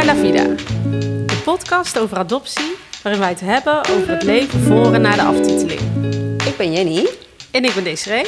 La Vida, de podcast over adoptie, waarin wij het hebben over het leven voor en na de aftiteling. Ik ben Jenny. En ik ben Desiree.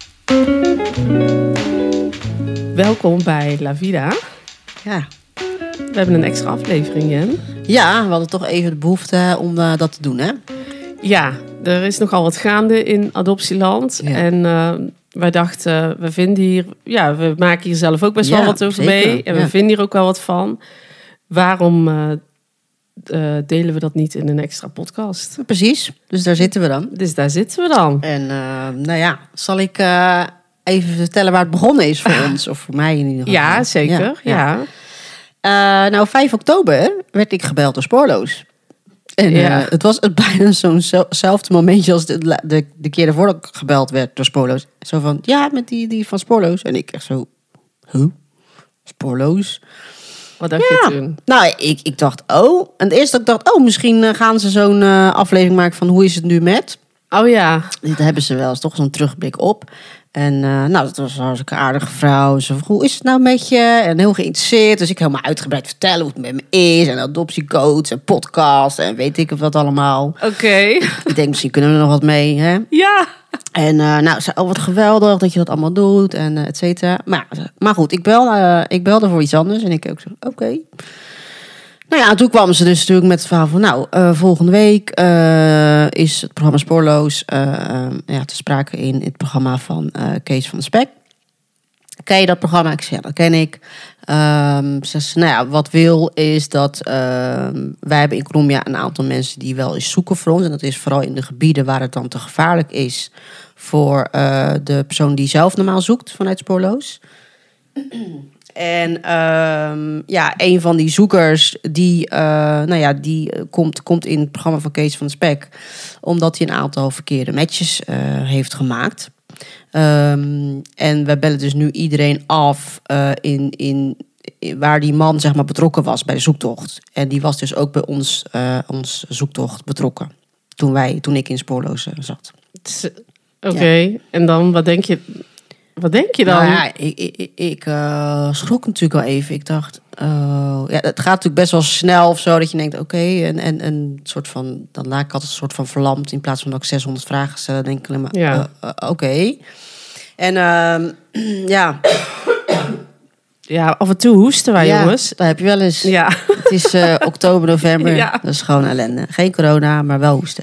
Welkom bij La Vida. Ja. We hebben een extra aflevering, Jen. Ja, we hadden toch even de behoefte om dat te doen, hè? Ja, er is nogal wat gaande in adoptieland. Ja. En wij dachten, we vinden hier... Ja, we maken hier zelf ook best wel wat over zeker. mee. En we Ja. vinden hier ook wel wat van. Waarom delen we dat niet in een extra podcast? Precies, dus daar zitten we dan. Dus daar zitten we dan. En zal ik even vertellen waar het begonnen is voor ons? Of voor mij in ieder geval. Ja, zeker. Ja. 5 oktober werd ik gebeld door Spoorloos. En het was bijna zo'nzelfde momentje als de keer daarvoor dat ik gebeld werd door Spoorloos. Zo van, ja, met die van Spoorloos. En ik echt zo, huh? Spoorloos? Wat dacht je toen? Nou, ik dacht, En het eerste dat ik dacht, misschien gaan ze zo'n aflevering maken van hoe is het nu met? Oh ja. Dit hebben ze wel eens toch zo'n terugblik op. En dat was een hartstikke aardige vrouw. Ze vroeg, hoe is het nou met je? En heel geïnteresseerd. Dus ik helemaal uitgebreid vertellen hoe het met me is. En adoptiecoach en podcast en weet ik wat allemaal. Oké. Ik denk, misschien kunnen we er nog wat mee, hè? Ja. En ze zei, wat geweldig dat je dat allemaal doet en et cetera. Maar goed, ik belde voor iets anders. En ik ook zo, oké. Nou ja, toen kwam ze dus natuurlijk met het verhaal van... volgende week is het programma Spoorloos te sprake in het programma van Kees van de Spek. Ken je dat programma? Ik zei, ja, dat ken ik. Ze zei, wat wil is dat... wij hebben in Colombia een aantal mensen die wel eens zoeken voor ons. En dat is vooral in de gebieden waar het dan te gevaarlijk is... voor de persoon die zelf normaal zoekt vanuit Spoorloos. En een van die zoekers, die komt in het programma van Kees van de Spek. Omdat hij een aantal verkeerde matches heeft gemaakt. En we bellen dus nu iedereen af in waar die man zeg maar betrokken was bij de zoektocht. En die was dus ook bij ons zoektocht betrokken. Toen ik in Spoorloos zat. Oké. Ja. En dan, wat denk je... Wat denk je dan? Nou ja, ik schrok natuurlijk wel even. Ik dacht, het gaat natuurlijk best wel snel of zo. Dat je denkt, oké. En een soort van, dan laat ik altijd een soort van verlamd. In plaats van dat ik 600 vragen stel, denk ik alleen maar, oké. En ja. Ja, af en toe hoesten wij, jongens. Dat heb je wel eens. Ja. Het is oktober, november. Ja. Dat is gewoon ellende. Geen corona, maar wel hoesten.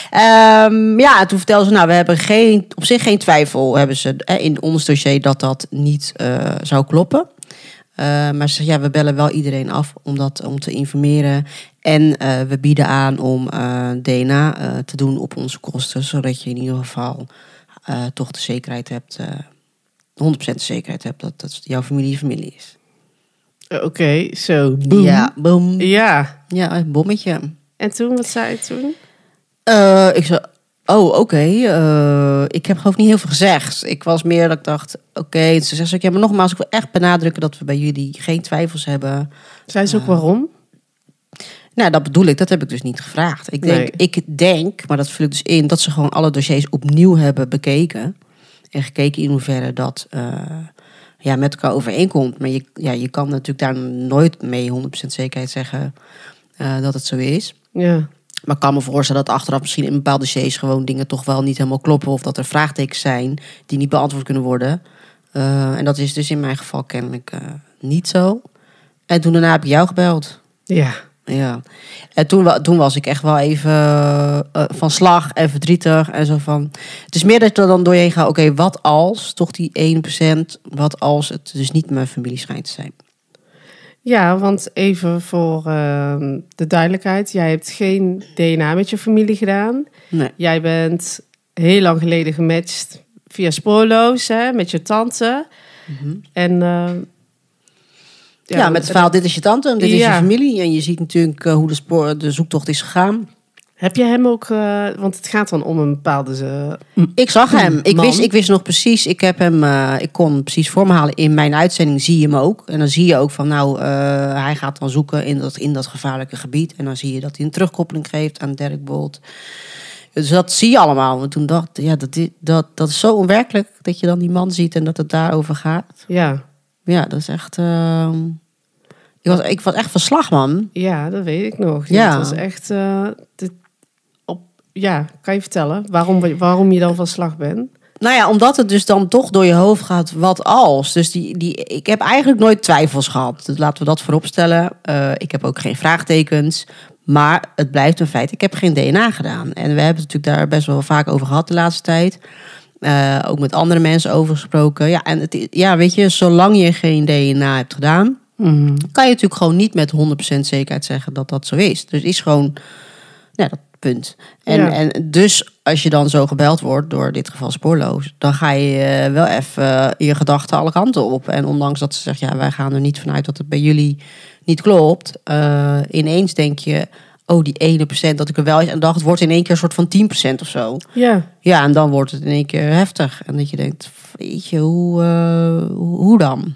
Toen vertelden ze, we hebben op zich geen twijfel hebben ze in ons dossier dat niet zou kloppen. Maar ze zeggen, we bellen wel iedereen af om te informeren. En we bieden aan om DNA te doen op onze kosten. Zodat je in ieder geval toch de zekerheid hebt... 100% de zekerheid hebt dat jouw familie je familie is. Oké, zo. Boom. Ja, boom. Ja. Ja, een bommetje. En toen, wat zei je toen? Ik zei, oké. Ik heb geloof niet heel veel gezegd. Ik was meer dat ik dacht, oké. Ze zegt, ja, maar nogmaals, ik wil echt benadrukken dat we bij jullie geen twijfels hebben. Zei ze ook waarom? Nou, dat bedoel ik. Dat heb ik dus niet gevraagd. Ik denk, maar dat vul ik dus in, dat ze gewoon alle dossiers opnieuw hebben bekeken. En gekeken in hoeverre dat met elkaar overeenkomt. Maar je kan natuurlijk daar nooit mee 100% zekerheid zeggen dat het zo is. Ja. Maar ik kan me voorstellen dat achteraf misschien in bepaalde dossiers gewoon dingen toch wel niet helemaal kloppen. Of dat er vraagtekens zijn die niet beantwoord kunnen worden. En dat is dus in mijn geval kennelijk niet zo. En toen daarna heb ik jou gebeld. Ja. Ja, en toen was ik echt wel even van slag en verdrietig en zo van... Het is meer dat je er dan doorheen gaat, oké, wat als, toch die 1%, wat als het dus niet mijn familie schijnt te zijn? Ja, want even voor de duidelijkheid, jij hebt geen DNA met je familie gedaan. Nee. Jij bent heel lang geleden gematcht via Spoorloos, hè, met je tante. Mm-hmm. En... met het verhaal, dit is je tante en dit is je familie. En je ziet natuurlijk hoe de zoektocht is gegaan. Heb je hem ook, want het gaat dan om een bepaalde... Ik zag hem. Man. Ik wist nog precies. Ik heb hem. Ik kon precies voor me halen. In mijn uitzending zie je hem ook. En dan zie je ook van hij gaat dan zoeken in dat gevaarlijke gebied. En dan zie je dat hij een terugkoppeling geeft aan Derek Bolt. Dus dat zie je allemaal. En toen dacht ik, dat is zo onwerkelijk dat je dan die man ziet en dat het daarover gaat. Ja. Ja, dat is echt... Ik was echt van slag, man. Ja, dat weet ik nog. Ja. Het was echt... kan je vertellen waarom je dan van slag bent? Nou ja, omdat het dus dan toch door je hoofd gaat, wat als. Dus ik heb eigenlijk nooit twijfels gehad. Dus laten we dat vooropstellen. Ik heb ook geen vraagtekens. Maar het blijft een feit. Ik heb geen DNA gedaan. En we hebben het natuurlijk daar best wel vaak over gehad de laatste tijd. Ook met andere mensen over gesproken. Ja, en weet je, zolang je geen DNA hebt gedaan, kan je natuurlijk gewoon niet met 100% zekerheid zeggen dat dat zo is. Dus het is gewoon, dat punt. En dus als je dan zo gebeld wordt, door dit geval Spoorloos, dan ga je wel even je gedachten alle kanten op. En ondanks dat ze zeggen, ja, wij gaan er niet vanuit dat het bij jullie niet klopt. Ineens denk je, oh, die ene procent dat ik er wel is. En dan wordt in één keer een soort van 10% of zo. Ja. Ja, en dan wordt het in één keer heftig. En dat je denkt, weet je, hoe dan?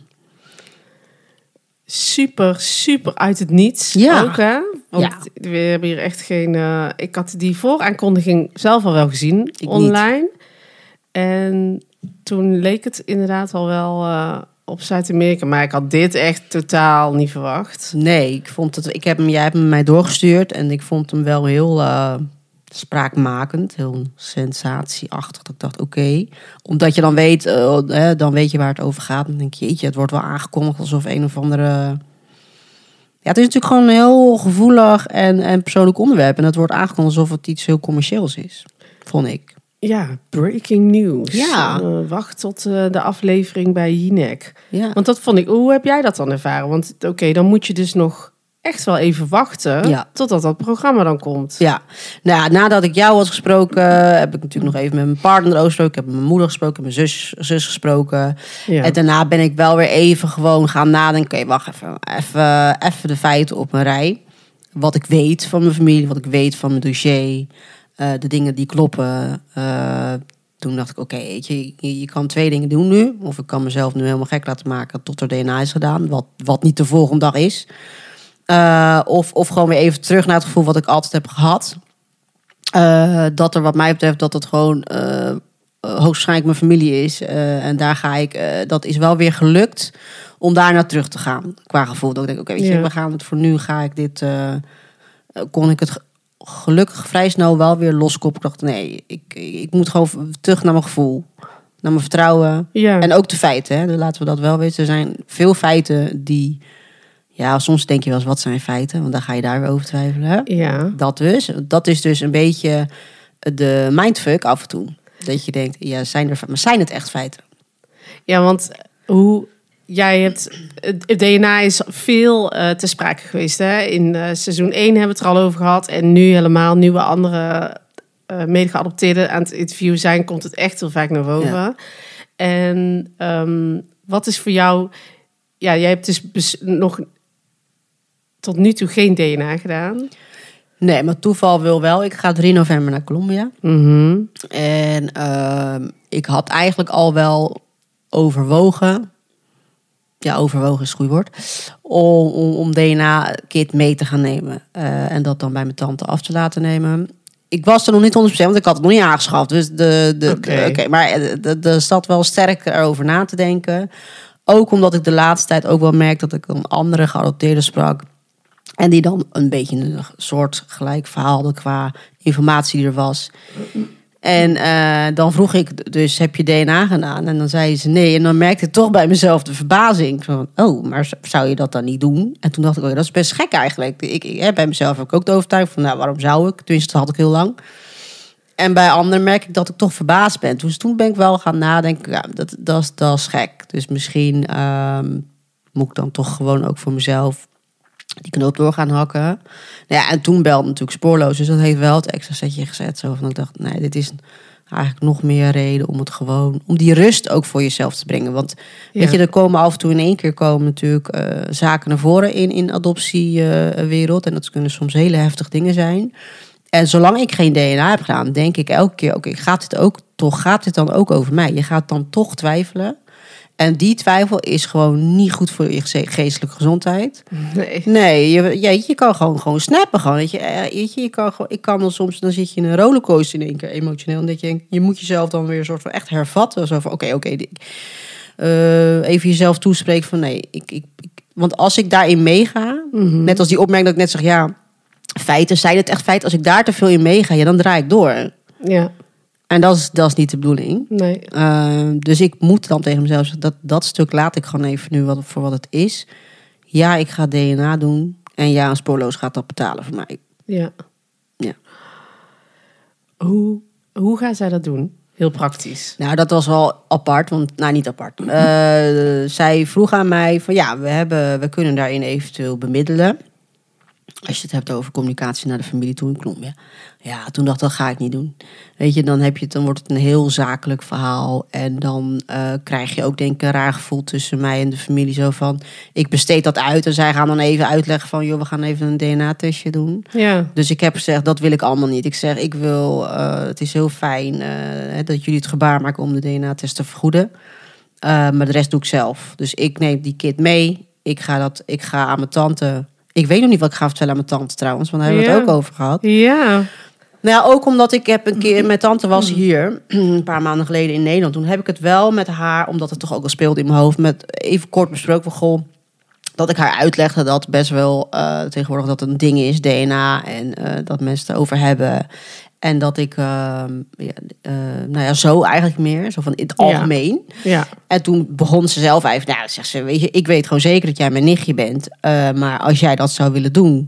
Super, super uit het niets. Ja. Ook, hè? Want we hebben hier echt geen... ik had die vooraankondiging zelf al wel gezien, online. Niet. En toen leek het inderdaad al wel op Zuid-Amerika. Maar ik had dit echt totaal niet verwacht. Nee, ik vond het... jij hebt hem mij doorgestuurd. En ik vond hem wel heel spraakmakend. Heel sensatieachtig. Dat ik dacht, oké. Omdat je dan weet... dan weet je waar het over gaat. Dan denk je, jeetje, het wordt wel aangekondigd alsof een of andere... Ja, het is natuurlijk gewoon een heel gevoelig en persoonlijk onderwerp. En het wordt aangekondigd alsof het iets heel commercieels is. Vond ik. Ja, breaking news. Ja. Wacht tot de aflevering bij Jinek. Ja. Want dat vond ik... Hoe heb jij dat dan ervaren? Want oké, dan moet je dus nog echt wel even wachten... totdat dat programma dan komt. Ja. Nou ja, nadat ik jou had gesproken... heb ik natuurlijk nog even met mijn partner over gesproken. Ik heb met mijn moeder gesproken, met mijn zus gesproken. Ja. En daarna ben ik wel weer even gewoon gaan nadenken. Oké, wacht even de feiten op een rij. Wat ik weet van mijn familie, wat ik weet van mijn dossier... de dingen die kloppen. Toen dacht ik, oké, je kan 2 dingen doen nu. Of ik kan mezelf nu helemaal gek laten maken tot er DNA is gedaan. Wat niet de volgende dag is. Of gewoon weer even terug naar het gevoel wat ik altijd heb gehad. Dat er wat mij betreft dat het gewoon hoogstwaarschijnlijk mijn familie is. En daar ga ik, dat is wel weer gelukt om daar naar terug te gaan. Qua gevoel. Dat ik denk, oké, we gaan het voor nu, ga ik dit... kon ik het... gelukkig vrij snel wel weer loskoppen. Ik dacht, nee, ik moet gewoon terug naar mijn gevoel. Naar mijn vertrouwen. Ja. En ook de feiten. Hè. Laten we dat wel weten. Er zijn veel feiten die... Ja, soms denk je wel eens, wat zijn feiten? Want dan ga je daar weer over twijfelen. Hè? Ja. Dat is dus een beetje de mindfuck af en toe. Dat je denkt, ja, zijn het echt feiten? Ja, want jij hebt... Het DNA is veel te sprake geweest. Hè? In seizoen 1 hebben we het er al over gehad. En nu helemaal nieuwe andere mede-geadopteerden aan het interview zijn... komt het echt heel vaak naar boven. Ja. En wat is voor jou... Ja, jij hebt dus nog tot nu toe geen DNA gedaan. Nee, maar toeval wil wel. Ik ga 3 november naar Colombia. Mm-hmm. En ik had eigenlijk al wel overwogen... Ja, overwogen is het goede woord. Om DNA-kit mee te gaan nemen. En dat dan bij mijn tante af te laten nemen. Ik was er nog niet 100%, want ik had het nog niet aangeschaft. Dus maar er zat wel sterk erover na te denken. Ook omdat ik de laatste tijd ook wel merk dat ik een andere geadopteerde sprak. En die dan een beetje een soort gelijk verhaal hadden qua informatie die er was. En dan vroeg ik dus, heb je DNA gedaan? En dan zei ze nee. En dan merkte ik toch bij mezelf de verbazing. Van, oh, maar zou je dat dan niet doen? En toen dacht ik, dat is best gek eigenlijk. Ik bij mezelf heb ik ook de overtuiging van, nou, waarom zou ik? Tenminste, dat had ik heel lang. En bij anderen merk ik dat ik toch verbaasd ben. Dus toen ben ik wel gaan nadenken, ja, dat is gek. Dus misschien moet ik dan toch gewoon ook voor mezelf die knoop door gaan hakken. Nou ja, en toen belde natuurlijk Spoorloos. Dus dat heeft wel het extra setje gezet. Zo van, ik dacht, nee, dit is eigenlijk nog meer reden om het gewoon... om die rust ook voor jezelf te brengen. Want weet je, er komen af en toe in één keer natuurlijk zaken naar voren in adoptiewereld. En dat kunnen soms hele heftige dingen zijn. En zolang ik geen DNA heb gedaan, denk ik elke keer... oké, gaat dit dan ook over mij? Je gaat dan toch twijfelen. En die twijfel is gewoon niet goed voor je geestelijke gezondheid. Nee, je kan gewoon snappen. Gewoon, ik kan dan soms, dan zit je in een rollercoaster in één keer emotioneel. En dat je moet jezelf dan weer een soort van echt hervatten. Zo van, oké, even jezelf toespreken van nee, Want als ik daarin meega, net als die opmerking dat ik net zeg, ja, feiten, zijn het echt feiten? Als ik daar te veel in meega, ja, dan draai ik door. Ja. En dat is niet de bedoeling. Nee. Dus ik moet dan tegen mezelf zeggen, dat stuk laat ik gewoon even nu voor wat het is. Ja, ik ga DNA doen. En ja, een spoorloos gaat dat betalen voor mij. Ja. Ja. Hoe gaat zij dat doen? Heel praktisch. Nou, dat was wel apart. Niet apart. Zij vroeg aan mij van ja, we kunnen daarin eventueel bemiddelen. Als je het hebt over communicatie naar de familie toe in Colombia. Ja, toen dacht ik, dat ga ik niet doen. Weet je, dan wordt het een heel zakelijk verhaal. En dan krijg je ook denk ik een raar gevoel tussen mij en de familie. Zo van, ik besteed dat uit. En zij gaan dan even uitleggen van, joh, we gaan even een DNA-testje doen. Ja. Dus ik heb gezegd, dat wil ik allemaal niet. Ik zeg, het is heel fijn dat jullie het gebaar maken om de DNA-test te vergoeden. Maar de rest doe ik zelf. Dus ik neem die kit mee. Ik ga aan mijn tante. Ik weet nog niet wat ik ga vertellen aan mijn tante trouwens. Want daar hebben we het ook over gehad. Ja. Nou ja, ook omdat ik heb een keer... Mijn tante was hier een paar maanden geleden in Nederland. Toen heb ik het wel met haar, omdat het toch ook al speelde in mijn hoofd, met even kort besproken van, goh, dat ik haar uitlegde dat best wel tegenwoordig dat een ding is, DNA, en dat mensen het erover hebben. En dat ik, zo eigenlijk meer, zo van in het algemeen. Ja. En toen begon ze zelf even, zegt ze, weet je, ik weet gewoon zeker dat jij mijn nichtje bent. Maar als jij dat zou willen doen,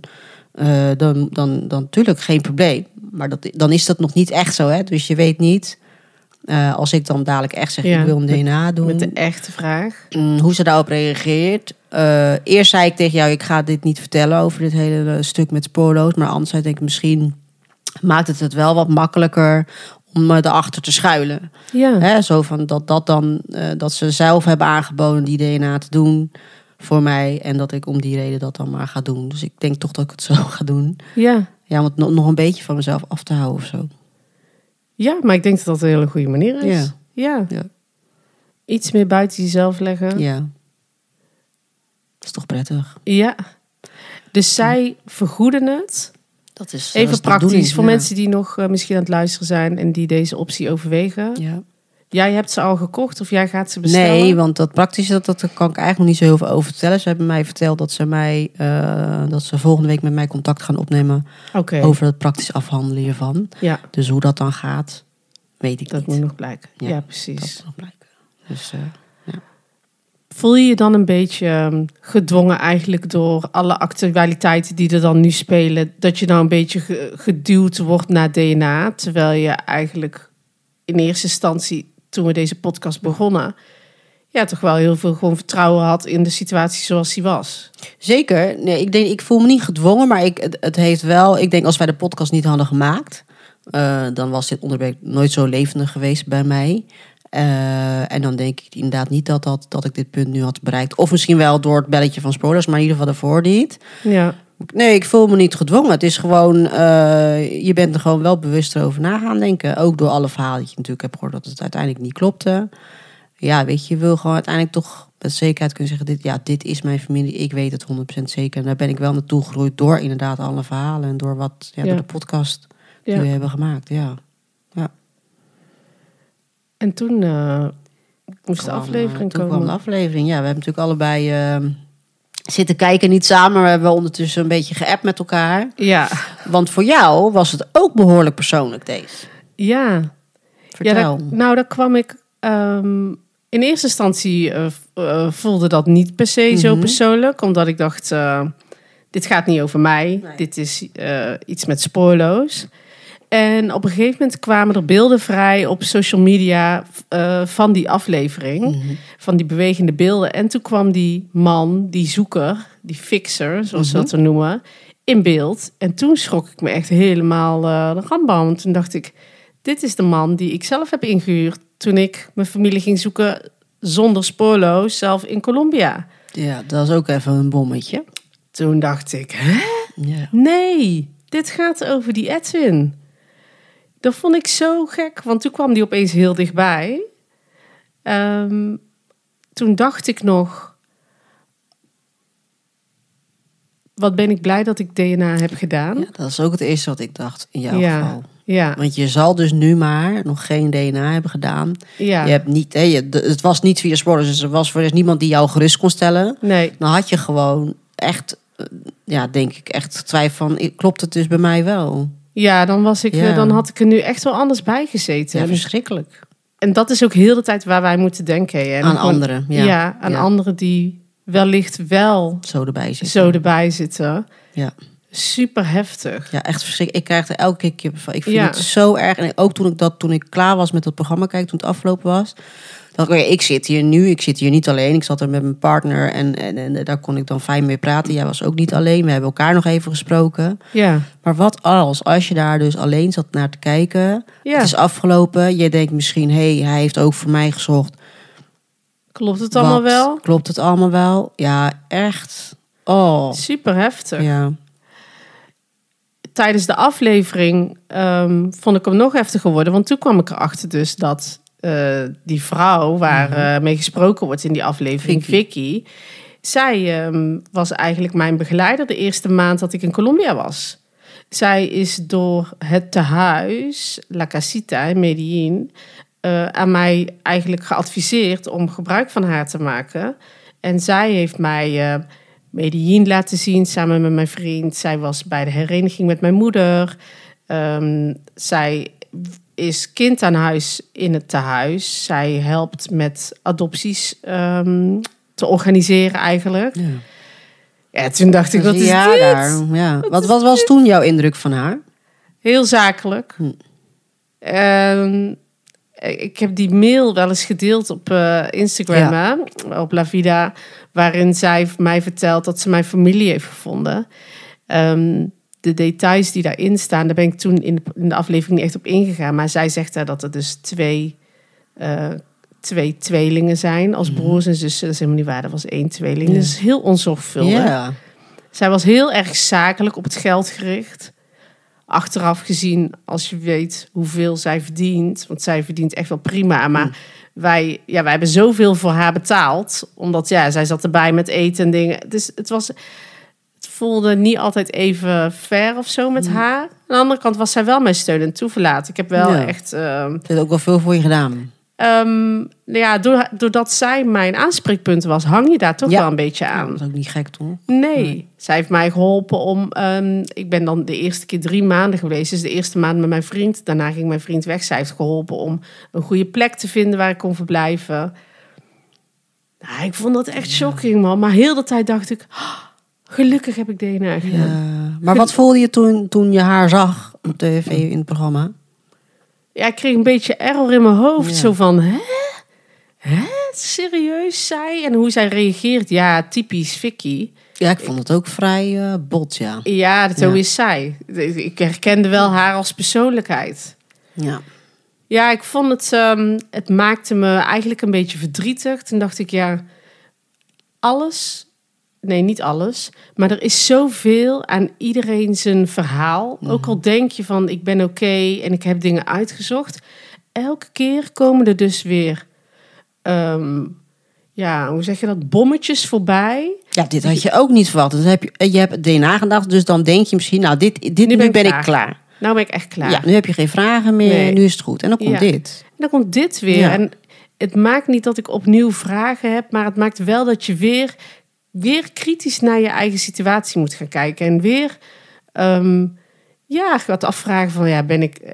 dan natuurlijk geen probleem. Maar dan is dat nog niet echt zo, hè. Dus je weet niet, als ik dan dadelijk echt zeg, ik wil een DNA doen. Met de echte vraag. Hoe ze daarop reageert. Eerst zei ik tegen jou, ik ga dit niet vertellen over dit hele stuk met spoorloos. Maar anders denk ik, misschien maakt het wel wat makkelijker om erachter te schuilen. Ja. Hè, zo van dat ze zelf hebben aangeboden die DNA te doen voor mij. En dat ik om die reden dat dan maar ga doen. Dus ik denk toch dat ik het zo ga doen. Ja. Ja, om het nog een beetje van mezelf af te houden of zo. Ja, maar ik denk dat dat een hele goede manier is. Ja. Iets meer buiten jezelf leggen. Ja. Dat is toch prettig. Ja. Dus zij vergoeden het. Dat is even praktisch voor ja. mensen die nog misschien aan het luisteren zijn en die deze optie overwegen. Ja. Jij hebt ze al gekocht of jij gaat ze bestellen? Nee, want dat praktische, dat kan ik eigenlijk nog niet zo heel veel over vertellen. Ze hebben mij verteld dat ze volgende week met mij contact gaan opnemen over het praktisch afhandelen hiervan. Ja. Dus hoe dat dan gaat, weet ik dat niet. Dat moet nog blijken. Ja, Dat precies. moet nog blijken. Dus, voel je je dan een beetje gedwongen eigenlijk door alle actualiteiten die er dan nu spelen, dat je dan een beetje geduwd wordt naar DNA, terwijl je eigenlijk in eerste instantie, toen we deze podcast begonnen, toch wel heel veel gewoon vertrouwen had in de situatie zoals die was. Zeker. Nee, ik voel me niet gedwongen, maar het heeft wel, ik denk als wij de podcast niet hadden gemaakt, dan was dit onderwerp nooit zo levendig geweest bij mij. En dan denk ik inderdaad niet dat ik dit punt nu had bereikt. Of misschien wel door het belletje van spoilers, maar in ieder geval daarvoor niet. Ja. Nee, ik voel me niet gedwongen. Het is gewoon, je bent er gewoon wel bewust over na gaan denken. Ook door alle verhalen die je natuurlijk hebt gehoord dat het uiteindelijk niet klopte. Ja, weet je, wil gewoon uiteindelijk toch met zekerheid kunnen zeggen, dit is mijn familie. Ik weet het 100% zeker. En daar ben ik wel naartoe gegroeid door inderdaad alle verhalen en door door de podcast die we hebben gemaakt. Ja. En toen moest de aflevering komen. Toen kwam de aflevering. Ja, we hebben natuurlijk allebei zitten kijken, niet samen. Maar we hebben ondertussen een beetje geappt met elkaar. Ja. Want voor jou was het ook behoorlijk persoonlijk, deze. Ja. Vertel. Ja, daar kwam ik... in eerste instantie voelde dat niet per se zo persoonlijk. Omdat ik dacht, dit gaat niet over mij. Nee. Dit is iets met spoorloos. En op een gegeven moment kwamen er beelden vrij op social media van die aflevering. Mm-hmm. Van die bewegende beelden. En toen kwam die man, die zoeker, die fixer, zoals ze dat te noemen, in beeld. En toen schrok ik me echt helemaal de randbaan. Want toen dacht ik, dit is de man die ik zelf heb ingehuurd toen ik mijn familie ging zoeken zonder spoorloos, zelf in Colombia. Ja, dat was ook even een bommetje. Toen dacht ik, hè? Ja. Nee, dit gaat over die Edwin. Dat vond ik zo gek, want toen kwam die opeens heel dichtbij. Toen dacht ik nog, wat ben ik blij dat ik DNA heb gedaan. Ja, dat is ook het eerste wat ik dacht in jouw geval. Ja. Want je zal dus nu maar nog geen DNA hebben gedaan. Ja. Je hebt niet, het was niet via spoorloos, dus er was voor niemand die jou gerust kon stellen. Nee. Dan had je gewoon echt, denk ik, echt twijfel van, klopt het dus bij mij wel? Ja, dan was ik, Ja. dan had ik er nu echt wel anders bij gezeten. Ja, verschrikkelijk. En dat is ook heel de tijd waar wij moeten denken. Hè. En Aan gewoon- anderen, aan Ja. anderen die wellicht wel Zo erbij zitten. zo erbij zitten. Ja. Super heftig. Ja, echt verschrikkelijk. Ik krijg er elke keer kippenvel. Ik vind Ja. het zo erg. En ook toen ik klaar was met dat programma kijken, toen het afgelopen was, dacht ik, ik zit hier nu. Ik zit hier niet alleen. Ik zat er met mijn partner en daar kon ik dan fijn mee praten. Jij was ook niet alleen. We hebben elkaar nog even gesproken. Ja. Maar wat als je daar dus alleen zat naar te kijken. Ja. Het is afgelopen. Je denkt misschien, hij heeft ook voor mij gezocht. Klopt het allemaal Wat? wel? Klopt het allemaal wel? Ja, echt. Oh, Super heftig. ja. Tijdens de aflevering vond ik hem nog heftiger worden. Want toen kwam ik erachter dus dat die vrouw waar mee gesproken wordt in die aflevering, Vicky, zij was eigenlijk mijn begeleider de eerste maand dat ik in Colombia was. Zij is door het tehuis, La Casita in Medellín, aan mij eigenlijk geadviseerd om gebruik van haar te maken. En zij heeft mij Medellín laten zien samen met mijn vriend. Zij was bij de hereniging met mijn moeder. Zij is kind aan huis in het tehuis. Zij helpt met adopties te organiseren eigenlijk. Ja. Ja, toen dacht ik, wat is ja, dit? daar, ja. Wat was toen jouw indruk van haar? Heel zakelijk. Ik heb die mail wel eens gedeeld op Instagram, hè? Op La Vida, waarin zij mij vertelt dat ze mijn familie heeft gevonden. De details die daarin staan, daar ben ik toen in de aflevering niet echt op ingegaan. Maar zij zegt daar dat er dus twee tweelingen zijn als broers en zussen. Dat is helemaal niet waar, dat was 1 tweeling. Ja. Dat is heel onzorgvuldig. Ja. Zij was heel erg zakelijk, op het geld gericht. Achteraf gezien, als je weet hoeveel zij verdient. Want zij verdient echt wel prima. Maar wij hebben zoveel voor haar betaald. Omdat zij zat erbij met eten en dingen. Dus het voelde niet altijd even fair of zo met haar. Aan de andere kant was zij wel mijn steun en toeverlaat. Ik heb wel echt... Ze heeft ook wel veel voor je gedaan. Doordat zij mijn aanspreekpunt was, hang je daar toch wel een beetje aan. Dat is ook niet gek, toch? Nee, zij heeft mij geholpen om... ik ben dan de eerste keer 3 maanden geweest. Dus de eerste maand met mijn vriend. Daarna ging mijn vriend weg. Zij heeft geholpen om een goede plek te vinden waar ik kon verblijven. Nou, ik vond dat echt shocking, man. Maar heel de tijd dacht ik... gelukkig heb ik DNA gedaan. Ja. Maar wat voelde je toen je haar zag op tv in het programma? Ja, ik kreeg een beetje error in mijn hoofd. Ja. Zo van, hè? Serieus, zij? En hoe zij reageert, ja, typisch Vicky. Ja, ik vond het ook vrij bot, ja. Ja, zo is zij. Ik herkende wel haar als persoonlijkheid. Ja. Ja, ik vond het maakte me eigenlijk een beetje verdrietig. Toen dacht ik, niet alles, maar er is zoveel aan iedereen zijn verhaal. Ook al denk je van, ik ben oké en ik heb dingen uitgezocht. Elke keer komen er dus weer, hoe zeg je dat, bommetjes voorbij. Ja, dit had je ook niet verwacht. Dus je hebt DNA gedacht, dus dan denk je misschien, nou, nu ben ik klaar. Nou ben ik echt klaar. Ja, nu heb je geen vragen meer, Nee. nu is het goed. En dan komt dit. En dan komt dit weer. Ja. En het maakt niet dat ik opnieuw vragen heb, maar het maakt wel dat je weer kritisch naar je eigen situatie moet gaan kijken. En weer gaat afvragen van,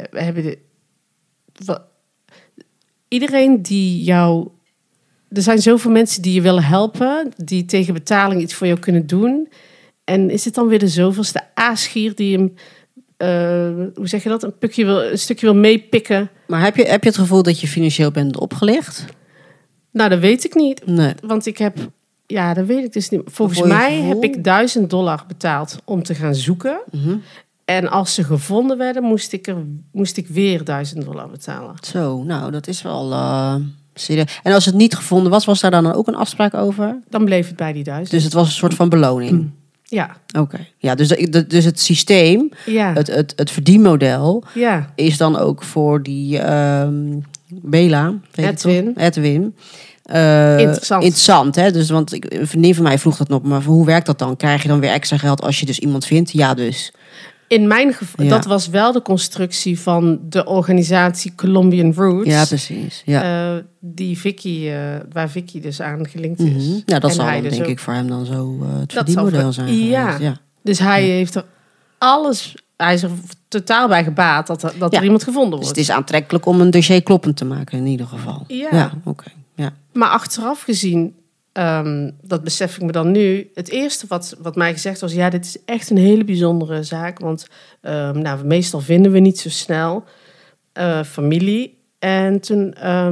iedereen die jou... Er zijn zoveel mensen die je willen helpen, die tegen betaling iets voor jou kunnen doen. En is het dan weer de zoveelste aasgier die hem, hoe zeg je dat, een stukje wil meepikken? Maar heb je het gevoel dat je financieel bent opgelicht? Nou, dat weet ik niet. Nee. Want ik heb... Ja, dat weet ik dus niet. Volgens Voor je mij gevoel? heb ik $1000 betaald om te gaan zoeken. En als ze gevonden werden, moest ik weer $1000 betalen. Zo, nou, dat is wel serieus. En als het niet gevonden was daar dan ook een afspraak over? Dan bleef het bij die 1000. Dus het was een soort van beloning? Ja. Oké. Ja, dus het systeem, Ja. het verdienmodel, Ja. is dan ook voor die Bela, Edwin. Interessant, hè? Dus, want een vriendin van mij vroeg dat nog, maar hoe werkt dat dan? Krijg je dan weer extra geld als je dus iemand vindt? Ja, dus. in mijn geval, dat was wel de constructie van de organisatie Colombian Roots. Ja, precies. Ja. Die Vicky, waar Vicky dus aan gelinkt is. Mm-hmm. Ja, dat en zal hij dan, dus denk ook, ik voor hem dan zo het dat verdienmodel zijn geweest. Ja. Dus hij heeft er alles... Hij is er totaal bij gebaat dat er iemand gevonden wordt. Dus het is aantrekkelijk om een dossier kloppend te maken in ieder geval. Ja. Oké. Ja. Maar achteraf gezien, dat besef ik me dan nu. Het eerste wat mij gezegd was, dit is echt een hele bijzondere zaak. Want meestal vinden we niet zo snel familie. En toen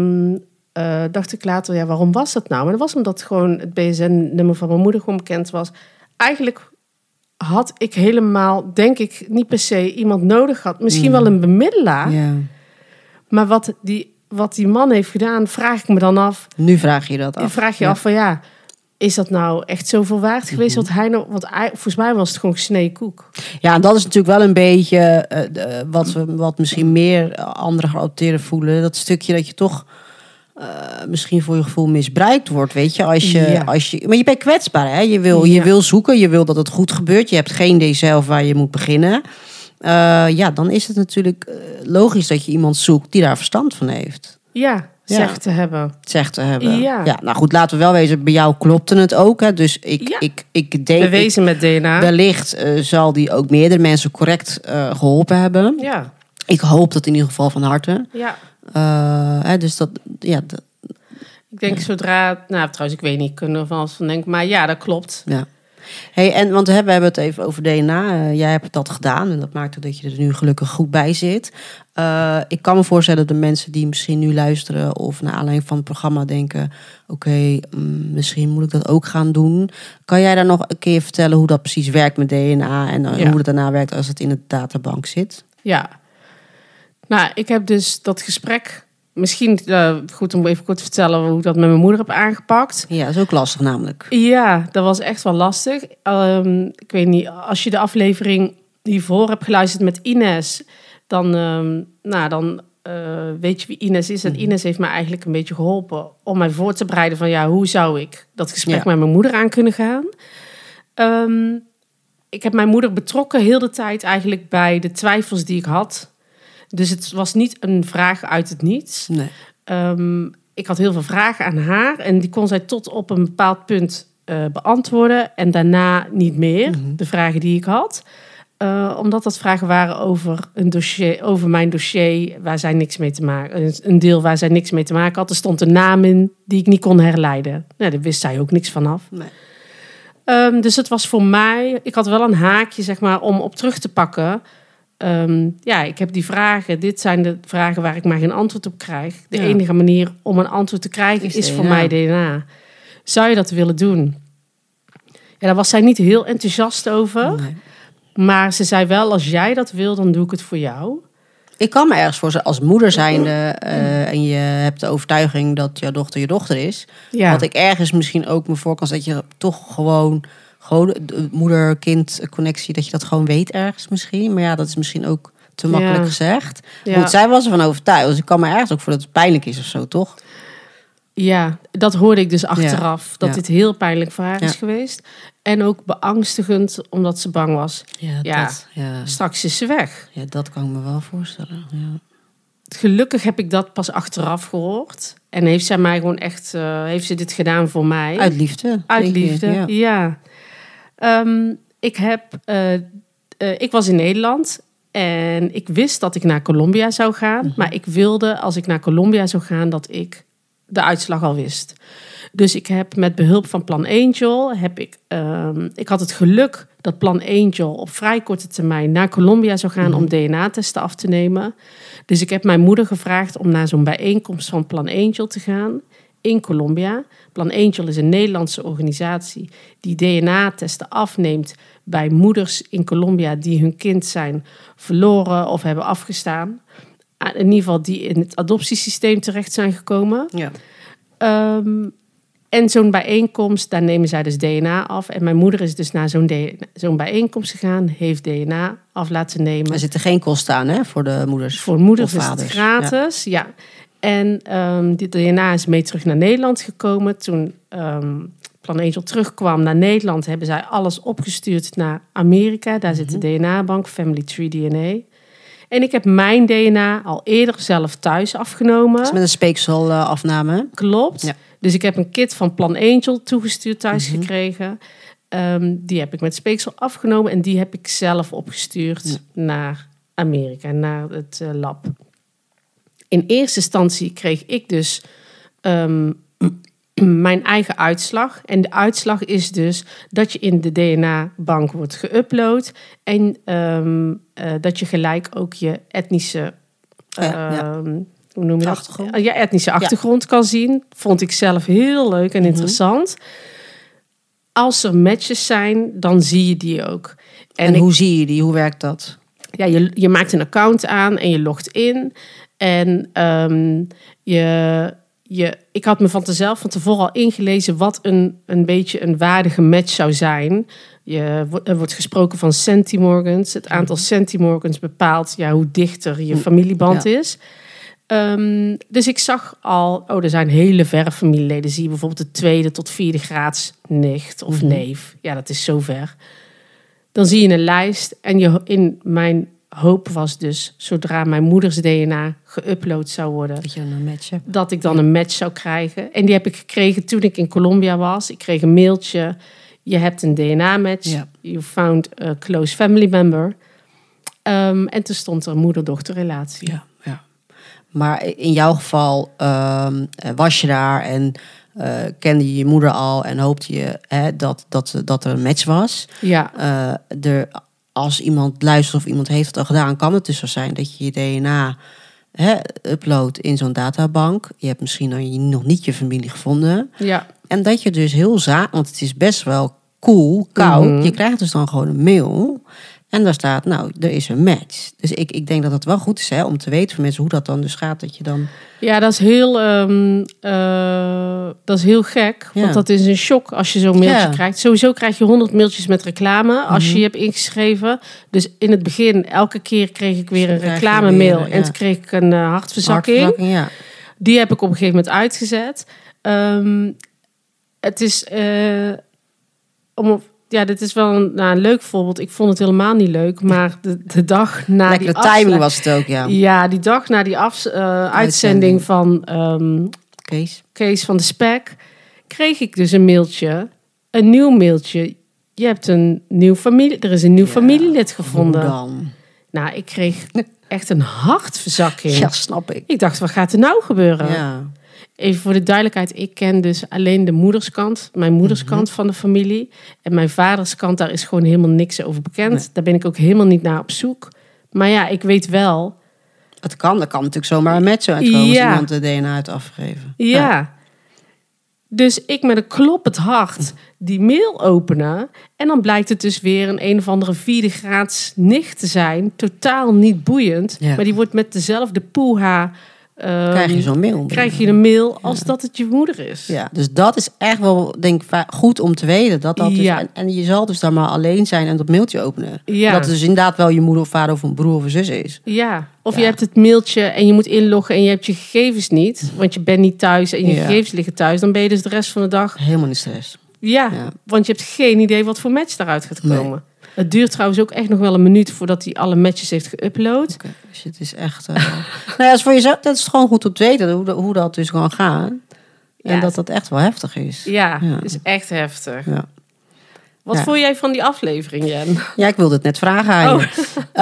dacht ik later, waarom was dat nou? Maar dat was omdat gewoon het BSN-nummer van mijn moeder gewoon bekend was. Eigenlijk had ik helemaal, denk ik, niet per se iemand nodig gehad. Misschien wel een bemiddelaar. Ja. Maar wat die man heeft gedaan, vraag ik me dan af. Nu vraag je dat af. Je vraag je af van is dat nou echt zoveel waard geweest? Volgens mij was het gewoon gesneden koek. Ja, en dat is natuurlijk wel een beetje wat misschien meer anderen geadopteerden voelen. Dat stukje dat je toch misschien voor je gevoel misbruikt wordt, weet je. Maar je bent kwetsbaar, hè? Je wil zoeken, je wil dat het goed gebeurt. Je hebt geen idee zelf waar je moet beginnen. Dan is het natuurlijk logisch dat je iemand zoekt die daar verstand van heeft. Zegt te hebben. Ja, nou goed, laten we wel wezen, bij jou klopte het ook. Hè? Dus ik denk... Bewezen met DNA. Wellicht zal die ook meerdere mensen correct geholpen hebben. Ja. Ik hoop dat in ieder geval van harte. Ja. Dus dat... Ik denk zodra... Nou, trouwens, ik weet niet, kunnen er van alles van denken. Maar dat klopt. Ja. Hey, want we hebben het even over DNA. Jij hebt dat gedaan en dat maakt ook dat je er nu gelukkig goed bij zit. Ik kan me voorstellen dat de mensen die misschien nu luisteren of naar aanleiding van het programma denken, oké, misschien moet ik dat ook gaan doen. Kan jij daar nog een keer vertellen hoe dat precies werkt met DNA en hoe het daarna werkt als het in de databank zit? Ja. Nou, ik heb dus dat gesprek... Misschien goed om even kort te vertellen hoe ik dat met mijn moeder heb aangepakt. Ja, dat is ook lastig namelijk. Ja, dat was echt wel lastig. Ik weet niet, als je de aflevering hiervoor hebt geluisterd met Ines, dan weet je wie Ines is. En Ines heeft mij eigenlijk een beetje geholpen om mij voor te bereiden van hoe zou ik dat gesprek met mijn moeder aan kunnen gaan. Ik heb mijn moeder betrokken heel de tijd eigenlijk bij de twijfels die ik had. Dus het was niet een vraag uit het niets. Nee. Ik had heel veel vragen aan haar. En die kon zij tot op een bepaald punt beantwoorden. En daarna niet meer. Mm-hmm. De vragen die ik had. Omdat dat vragen waren over een dossier, over mijn dossier waar zij niks mee te maken. Een deel waar zij niks mee te maken had. Er stond een naam in die ik niet kon herleiden. Nou, daar wist zij ook niks vanaf. Nee. Dus het was voor mij... Ik had wel een haakje, zeg maar, om op terug te pakken. Ik heb die vragen. Dit zijn de vragen waar ik maar geen antwoord op krijg. De enige manier om een antwoord te krijgen is voor mij DNA. Zou je dat willen doen? Ja, daar was zij niet heel enthousiast over. Nee. Maar ze zei wel, als jij dat wil, dan doe ik het voor jou. Ik kan me ergens voor als moeder zijnde en je hebt de overtuiging dat jouw dochter je dochter is. Ja. Wat ik ergens misschien ook me voor kan dat je toch gewoon de moeder-kind connectie, dat je dat gewoon weet ergens misschien. Maar ja, dat is misschien ook te makkelijk gezegd. Ja. Goed, zij was ervan overtuigd. Dus ik kan me ergens ook voor dat het pijnlijk is of zo, toch? Ja, dat hoorde ik dus achteraf. Dat dit heel pijnlijk voor haar is geweest. En ook beangstigend, omdat ze bang was. Straks is ze weg. Ja, dat kan ik me wel voorstellen. Ja. Gelukkig heb ik dat pas achteraf gehoord. En heeft zij mij gewoon echt... heeft ze dit gedaan voor mij. Uit liefde. Uit liefde, ja. Ik was in Nederland en ik wist dat ik naar Colombia zou gaan. Mm-hmm. Maar ik wilde, als ik naar Colombia zou gaan, dat ik de uitslag al wist. Dus ik heb met behulp van Plan Angel... ik had het geluk dat Plan Angel op vrij korte termijn naar Colombia zou gaan... om DNA-testen af te nemen. Dus ik heb mijn moeder gevraagd om naar zo'n bijeenkomst van Plan Angel te gaan... in Colombia. Plan Angel is een Nederlandse organisatie die DNA-testen afneemt bij moeders in Colombia die hun kind zijn verloren of hebben afgestaan. In ieder geval die in het adoptiesysteem terecht zijn gekomen. Ja. En zo'n bijeenkomst, daar nemen zij dus DNA af. En mijn moeder is dus naar zo'n bijeenkomst gegaan, heeft DNA af laten nemen. Er zitten geen kosten aan, hè, voor de moeders. Voor moeders is het gratis, ja. En dit DNA is mee terug naar Nederland gekomen toen Plan Angel terugkwam naar Nederland, hebben zij alles opgestuurd naar Amerika. Daar zit de DNA-bank, Family Tree DNA. En ik heb mijn DNA al eerder zelf thuis afgenomen. Dus met een speekselafname. Klopt. Ja. Dus ik heb een kit van Plan Angel toegestuurd thuis gekregen. Die heb ik met speeksel afgenomen en die heb ik zelf opgestuurd naar Amerika, naar het lab. In eerste instantie kreeg ik dus mijn eigen uitslag. En de uitslag is dus dat je in de DNA-bank wordt geüpload en dat je gelijk ook je etnische hoe noem je dat? Achtergrond. Ja, etnische achtergrond kan zien. Vond ik zelf heel leuk en interessant. Als er matches zijn, dan zie je die ook. En hoe zie je die? Hoe werkt dat? Ja, je maakt een account aan en je logt in. En ik had me van tevoren al ingelezen wat een beetje een waardige match zou zijn. Er wordt gesproken van centimorgans. Het aantal centimorgans bepaalt hoe dichter je familieband is. Dus ik zag al, er zijn hele verre familieleden. Zie je bijvoorbeeld de 2e tot 4e graads nicht of neef. Ja, dat is zo ver. Dan zie je een lijst. En in mijn hoop was dus, zodra mijn moeders DNA geüpload zou worden, dat ik dan een match zou krijgen. En die heb ik gekregen toen ik in Colombia was. Ik kreeg een mailtje. Je hebt een DNA-match. Ja. You found a close family member. En toen stond er moeder-dochter-relatie. Ja. Maar in jouw geval was je daar en kende je moeder al en hoopte je dat er een match was. Ja. Als iemand luistert of iemand heeft het al gedaan, kan het dus zo zijn dat je je DNA uploadt in zo'n databank. Je hebt misschien nog niet je familie gevonden. Ja. En dat je dus want het is best wel koud. Je krijgt dus dan gewoon een mail. En daar staat, er is een match. Dus ik denk dat het wel goed is om te weten voor mensen hoe dat dan dus gaat. Dat je dan... Ja, dat is heel gek. Want dat is een shock als je zo'n mailtje krijgt. Sowieso krijg je 100 mailtjes met reclame als je je hebt ingeschreven. Dus in het begin, elke keer kreeg ik weer een reclame-mail. En toen kreeg ik een hartverzakking. Die heb ik op een gegeven moment uitgezet. Het is... dit is wel een leuk voorbeeld. Ik vond het helemaal niet leuk. Maar de dag na Lekkere die timing was het ook, ja. Ja, die dag na die uitzending van Kees van de Spek, kreeg ik dus een nieuw mailtje. Je hebt er is een nieuw familielid gevonden. Hoe dan? Nou, ik kreeg echt een hartverzakking. Ja, snap ik. Ik dacht, wat gaat er nou gebeuren? Ja. Even voor de duidelijkheid, ik ken dus alleen de moederskant, mijn moederskant van de familie. En mijn vaderskant, daar is gewoon helemaal niks over bekend. Nee. Daar ben ik ook helemaal niet naar op zoek. Maar ja, ik weet wel... Er kan natuurlijk zomaar een match uitkomen als iemand de DNA uit afgegeven. Ja. Dus ik met een kloppend hart die mail openen. En dan blijkt het dus weer een of andere 4e graads nicht te zijn. Totaal niet boeiend. Ja. Maar die wordt met dezelfde poeha... krijg je zo'n mail. Krijg je een mail als dat het je moeder is. Ja, dus dat is echt wel, denk ik, goed om te weten. Dat dus, en je zal dus dan maar alleen zijn en dat mailtje openen. Ja. Dat het dus inderdaad wel je moeder of vader of een broer of een zus is. Ja, of je hebt het mailtje en je moet inloggen en je hebt je gegevens niet. Want je bent niet thuis en je gegevens liggen thuis. Dan ben je dus de rest van de dag... Helemaal niet stress. Ja, want je hebt geen idee wat voor match daaruit gaat komen. Nee. Het duurt trouwens ook echt nog wel een minuut voordat hij alle matches heeft geüpload. Okay, dus het is echt... is voor jezelf, dat is gewoon goed om te weten hoe dat dus kan gaan. En dat echt wel heftig is. Ja, het is echt heftig. Ja. Wat vond jij van die aflevering, Jen? Ja, ik wilde het net vragen aan je.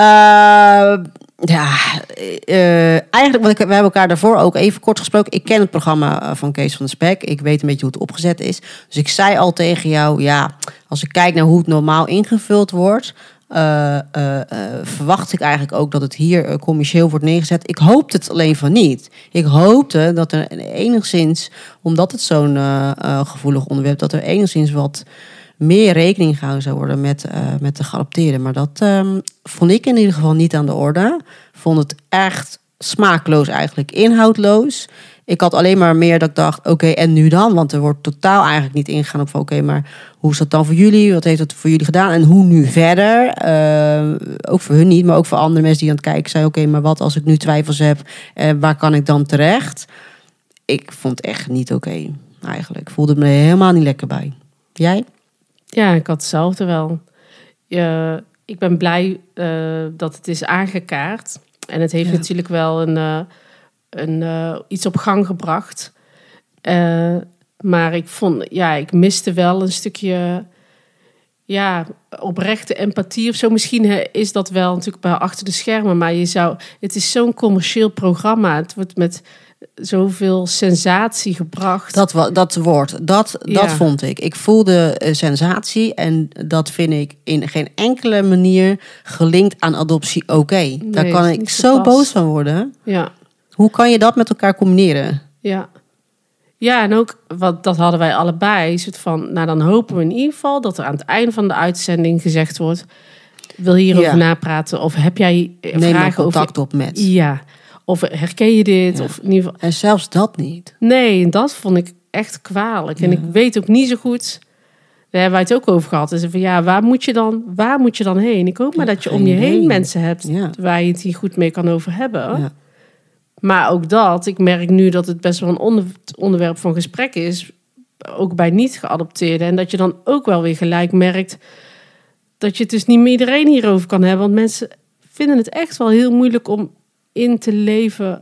Eigenlijk, we hebben elkaar daarvoor ook even kort gesproken. Ik ken het programma van Kees van de Spek. Ik weet een beetje hoe het opgezet is. Dus ik zei al tegen jou, als ik kijk naar hoe het normaal ingevuld wordt, verwacht ik eigenlijk ook dat het hier commercieel wordt neergezet. Ik hoopte het alleen van niet. Ik hoopte dat er enigszins, omdat het zo'n gevoelig onderwerp, dat er enigszins wat meer rekening gehouden zou worden met de geadopteerden. Maar dat vond ik in ieder geval niet aan de orde. Vond het echt smaakloos eigenlijk, inhoudloos. Ik had alleen maar meer dat ik dacht, oké, en nu dan? Want er wordt totaal eigenlijk niet ingegaan op oké, maar hoe is dat dan voor jullie? Wat heeft het voor jullie gedaan? En hoe nu verder? Ook voor hun niet, maar ook voor andere mensen die aan het kijken zijn. Oké, maar wat als ik nu twijfels heb? Waar kan ik dan terecht? Ik vond het echt niet oké, eigenlijk. Ik voelde me er helemaal niet lekker bij. Jij? Ja, ik had hetzelfde wel. Ik ben blij dat het is aangekaart. En het heeft natuurlijk wel iets op gang gebracht. Maar ik miste wel een stukje oprechte empathie of zo. Misschien is dat wel natuurlijk bij achter de schermen. Maar het is zo'n commercieel programma. Het wordt met zoveel sensatie gebracht. Dat vond ik. Ik voelde sensatie en dat vind ik in geen enkele manier gelinkt aan adoptie oké. Daar kan ik zo boos van worden. Ja. Hoe kan je dat met elkaar combineren? Ja. Ja, en ook, dat hadden wij allebei. Soort van, dan hopen we in ieder geval dat er aan het einde van de uitzending gezegd wordt: wil hierover napraten? Of heb jij vragen contact op met? Ja. Of herken je dit? Ja. Of in ieder geval... En zelfs dat niet. Nee, dat vond ik echt kwalijk. En ik weet ook niet zo goed. Daar hebben wij het ook over gehad. Dus van waar moet je dan heen? Ik hoop maar dat je om je heen mensen hebt waar je het hier goed mee kan over hebben. Ja. Maar ook ik merk nu dat het best wel een onderwerp van gesprek is. Ook bij niet geadopteerden. En dat je dan ook wel weer gelijk merkt dat je het dus niet met iedereen hierover kan hebben. Want mensen vinden het echt wel heel moeilijk om in te leven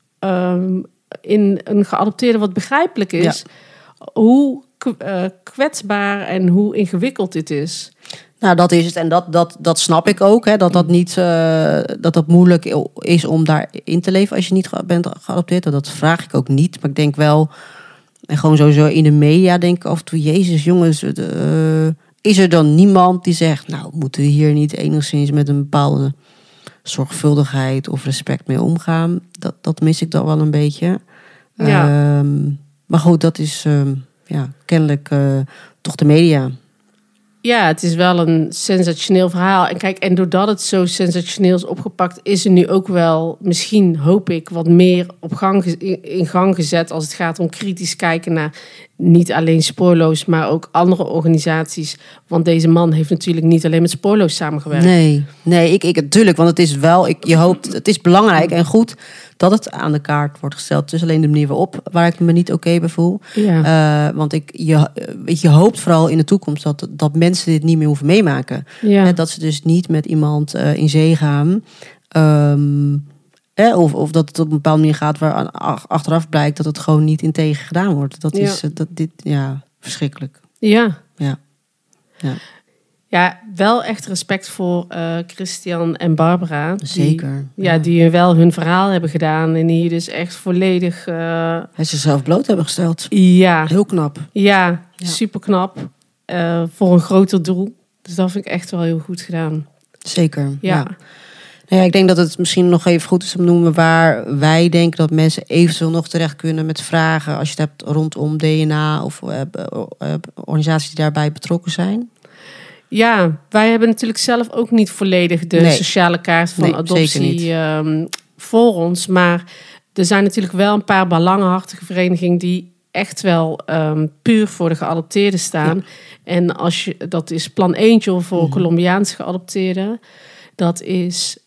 in een geadopteerde wat begrijpelijk is. Ja. Hoe kwetsbaar en hoe ingewikkeld dit is. Nou, dat is het. En dat snap ik ook. Hè, dat niet dat moeilijk is om daarin te leven als je niet bent geadopteerd. Dat vraag ik ook niet. Maar ik denk wel, en gewoon sowieso in de media denk ik af en toe, Jezus jongens, is er dan niemand die zegt, nou, moeten we hier niet enigszins met een bepaalde zorgvuldigheid of respect mee omgaan? Dat mis ik dan wel een beetje. Ja. Maar goed, dat is kennelijk toch de media. Ja, het is wel een sensationeel verhaal. En kijk, en doordat het zo sensationeel is opgepakt, is er nu ook wel, misschien hoop ik, wat meer in gang gezet als het gaat om kritisch kijken naar niet alleen Spoorloos, maar ook andere organisaties. Want deze man heeft natuurlijk niet alleen met Spoorloos samengewerkt. Nee, ik natuurlijk, want het is wel, je hoopt, het is belangrijk en goed dat het aan de kaart wordt gesteld. Het is alleen de manier waarop waar ik me niet oké bij voel. Ja. Want je hoopt vooral in de toekomst dat mensen dit niet meer hoeven meemaken. Ja. Dat ze dus niet met iemand in zee gaan. Of dat het op een bepaalde manier gaat waar achteraf blijkt dat het gewoon niet integer gedaan wordt. Dat is verschrikkelijk. Ja. Ja. Ja, wel echt respect voor Christian en Barbara. Zeker. Die wel hun verhaal hebben gedaan. En die dus echt volledig... Hij zichzelf bloot hebben gesteld. Ja. Heel knap. Ja, super knap. Voor een groter doel. Dus dat vind ik echt wel heel goed gedaan. Zeker, ja. Nou ja, ik denk dat het misschien nog even goed is om te noemen waar wij denken dat mensen eventueel nog terecht kunnen met vragen. Als je het hebt rondom DNA of organisaties die daarbij betrokken zijn. Ja, wij hebben natuurlijk zelf ook niet volledig de sociale kaart van adoptie voor ons. Maar er zijn natuurlijk wel een paar belangenhartige verenigingen die echt wel puur voor de geadopteerden staan. Ja. En dat is Plan Angel voor Colombiaanse geadopteerden. Dat is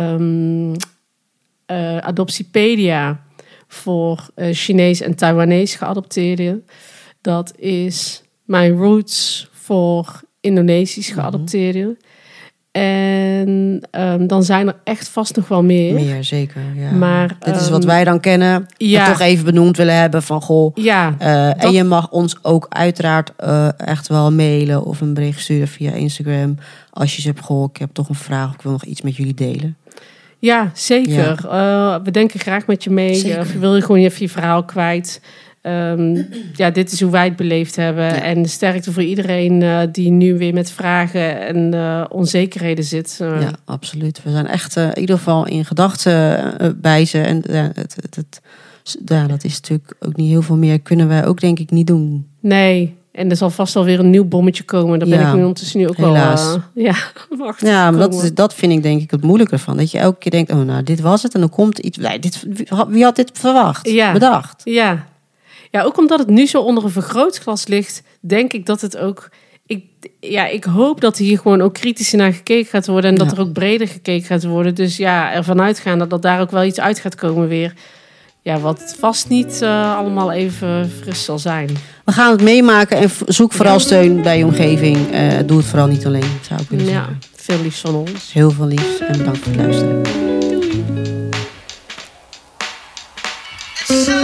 Adoptiepedia voor Chinees en Taiwanese geadopteerden. Dat is My Roots voor Indonesisch geadopteerden. En dan zijn er echt vast nog wel meer. Meer, zeker. Ja. Maar, dit is wat wij dan kennen. Ja. Toch even benoemd willen hebben van goh. Ja, en je mag ons ook uiteraard echt wel mailen of een bericht sturen via Instagram. Als je zegt, goh, ik heb toch een vraag of ik wil nog iets met jullie delen. Ja, zeker. Ja. We denken graag met je mee. Of wil je gewoon even je verhaal kwijt. Dit is hoe wij het beleefd hebben. Ja. En sterkte voor iedereen die nu weer met vragen en onzekerheden zit. Ja, absoluut. We zijn echt in ieder geval in gedachten bij ze. En dat is natuurlijk ook niet heel veel meer. Kunnen wij ook denk ik niet doen. Nee, en er zal vast alweer een nieuw bommetje komen. Daar ben ik nu ondertussen nu ook helaas wel ja, maar dat vind ik denk ik het moeilijke van. Dat je elke keer denkt, oh nou, dit was het. En dan komt iets. Wie had dit verwacht? Ja. Bedacht? Ja. Ja, ook omdat het nu zo onder een vergrootglas ligt, denk ik dat het ook... Ik hoop dat hier gewoon ook kritisch naar gekeken gaat worden en dat er ook breder gekeken gaat worden. Dus ervan uitgaan dat daar ook wel iets uit gaat komen weer. ja, wat vast niet allemaal even fris zal zijn. We gaan het meemaken en zoek vooral steun bij je omgeving. Doe het vooral niet alleen, zou ik willen zeggen. Veel liefs van ons. Heel veel liefs en bedankt voor het luisteren. It's so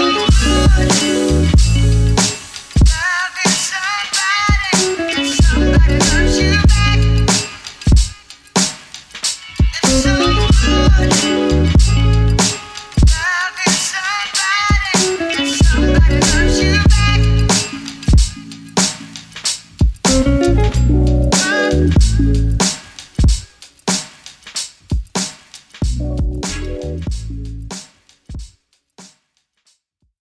good. Loving somebody loves you.